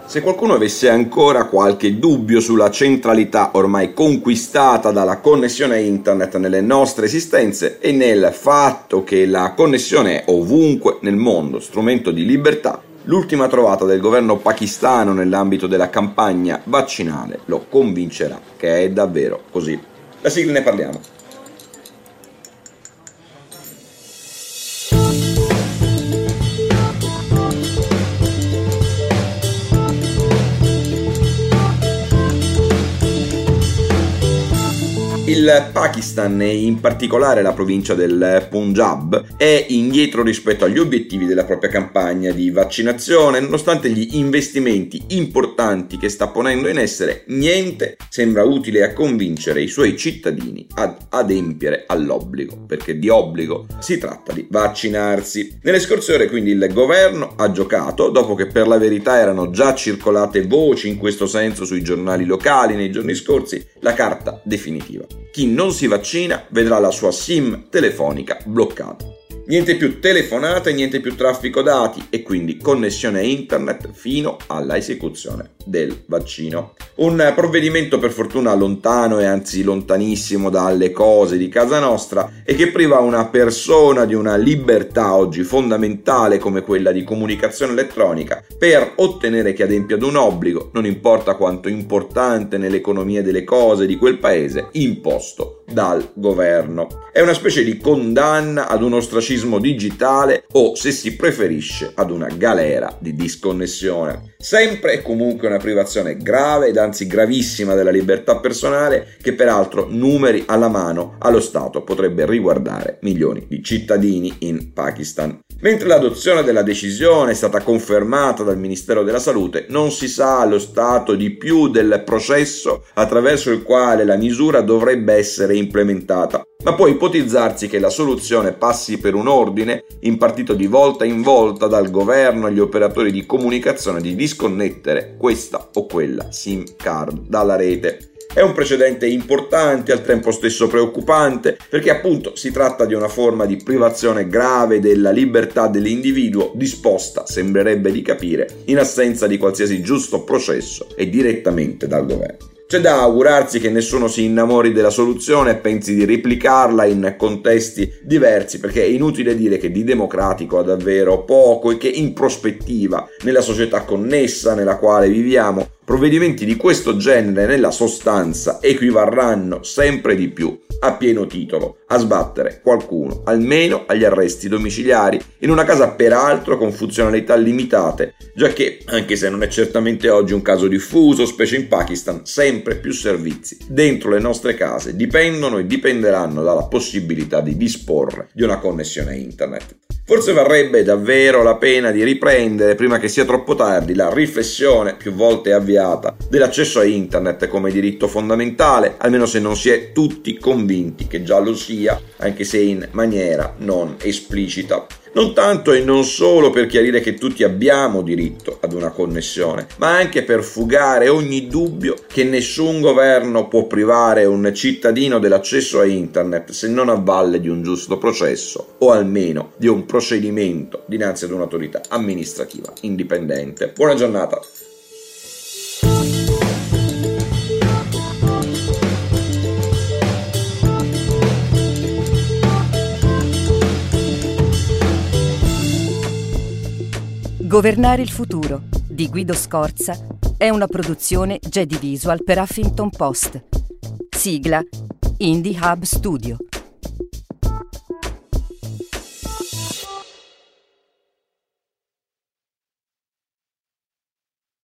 Se qualcuno avesse ancora qualche dubbio sulla centralità ormai conquistata dalla connessione a internet nelle nostre esistenze e nel fatto che la connessione è ovunque nel mondo strumento di libertà, l'ultima trovata del governo pakistano nell'ambito della campagna vaccinale lo convincerà che è davvero così. La sigla ne parliamo. Il Pakistan, e in particolare la provincia del Punjab, è indietro rispetto agli obiettivi della propria campagna di vaccinazione. Nonostante gli investimenti importanti che sta ponendo in essere, niente sembra utile a convincere i suoi cittadini ad adempiere all'obbligo, perché di obbligo si tratta di vaccinarsi. Nelle scorse ore quindi il governo ha giocato, dopo che per la verità erano già circolate voci in questo senso sui giornali locali nei giorni scorsi, la carta definitiva. Chi non si vaccina vedrà la sua SIM telefonica bloccata. Niente più telefonate, niente più traffico dati e quindi connessione a internet fino alla esecuzione del vaccino. Un provvedimento per fortuna lontano e anzi lontanissimo dalle cose di casa nostra e che priva una persona di una libertà oggi fondamentale come quella di comunicazione elettronica per ottenere che adempia ad un obbligo, non importa quanto importante nell'economia delle cose di quel paese, imposto dal governo. È una specie di condanna ad un ostracismo digitale o, se si preferisce, ad una galera di disconnessione. Sempre e comunque una privazione grave ed anzi gravissima della libertà personale che peraltro, numeri alla mano, allo Stato potrebbe riguardare milioni di cittadini in Pakistan. Mentre l'adozione della decisione è stata confermata dal Ministero della Salute, non si sa allo Stato di più del processo attraverso il quale la misura dovrebbe essere implementata, ma può ipotizzarsi che la soluzione passi per un ordine impartito di volta in volta dal governo agli operatori di comunicazione di disconnettere questa o quella SIM card dalla rete. È un precedente importante e al tempo stesso preoccupante perché appunto si tratta di una forma di privazione grave della libertà dell'individuo disposta, sembrerebbe di capire, in assenza di qualsiasi giusto processo e direttamente dal governo. C'è da augurarsi che nessuno si innamori della soluzione e pensi di replicarla in contesti diversi, perché è inutile dire che di democratico ha davvero poco e che in prospettiva, nella società connessa nella quale viviamo, provvedimenti di questo genere nella sostanza equivarranno sempre di più a pieno titolo a sbattere qualcuno, almeno agli arresti domiciliari, in una casa peraltro con funzionalità limitate, giacché, anche se non è certamente oggi un caso diffuso, specie in Pakistan, sempre più servizi dentro le nostre case dipendono e dipenderanno dalla possibilità di disporre di una connessione a internet. Forse varrebbe davvero la pena di riprendere, prima che sia troppo tardi, la riflessione più volte avviata dell'accesso a internet come diritto fondamentale, almeno se non si è tutti convinti che già lo sia, anche se in maniera non esplicita. Non tanto e non solo per chiarire che tutti abbiamo diritto ad una connessione, ma anche per fugare ogni dubbio che nessun governo può privare un cittadino dell'accesso a internet se non a valle di un giusto processo o almeno di un procedimento dinanzi ad un'autorità amministrativa indipendente. Buona giornata. Governare il futuro di Guido Scorza è una produzione Jedi Visual per Huffington Post. Sigla Indie Hub Studio.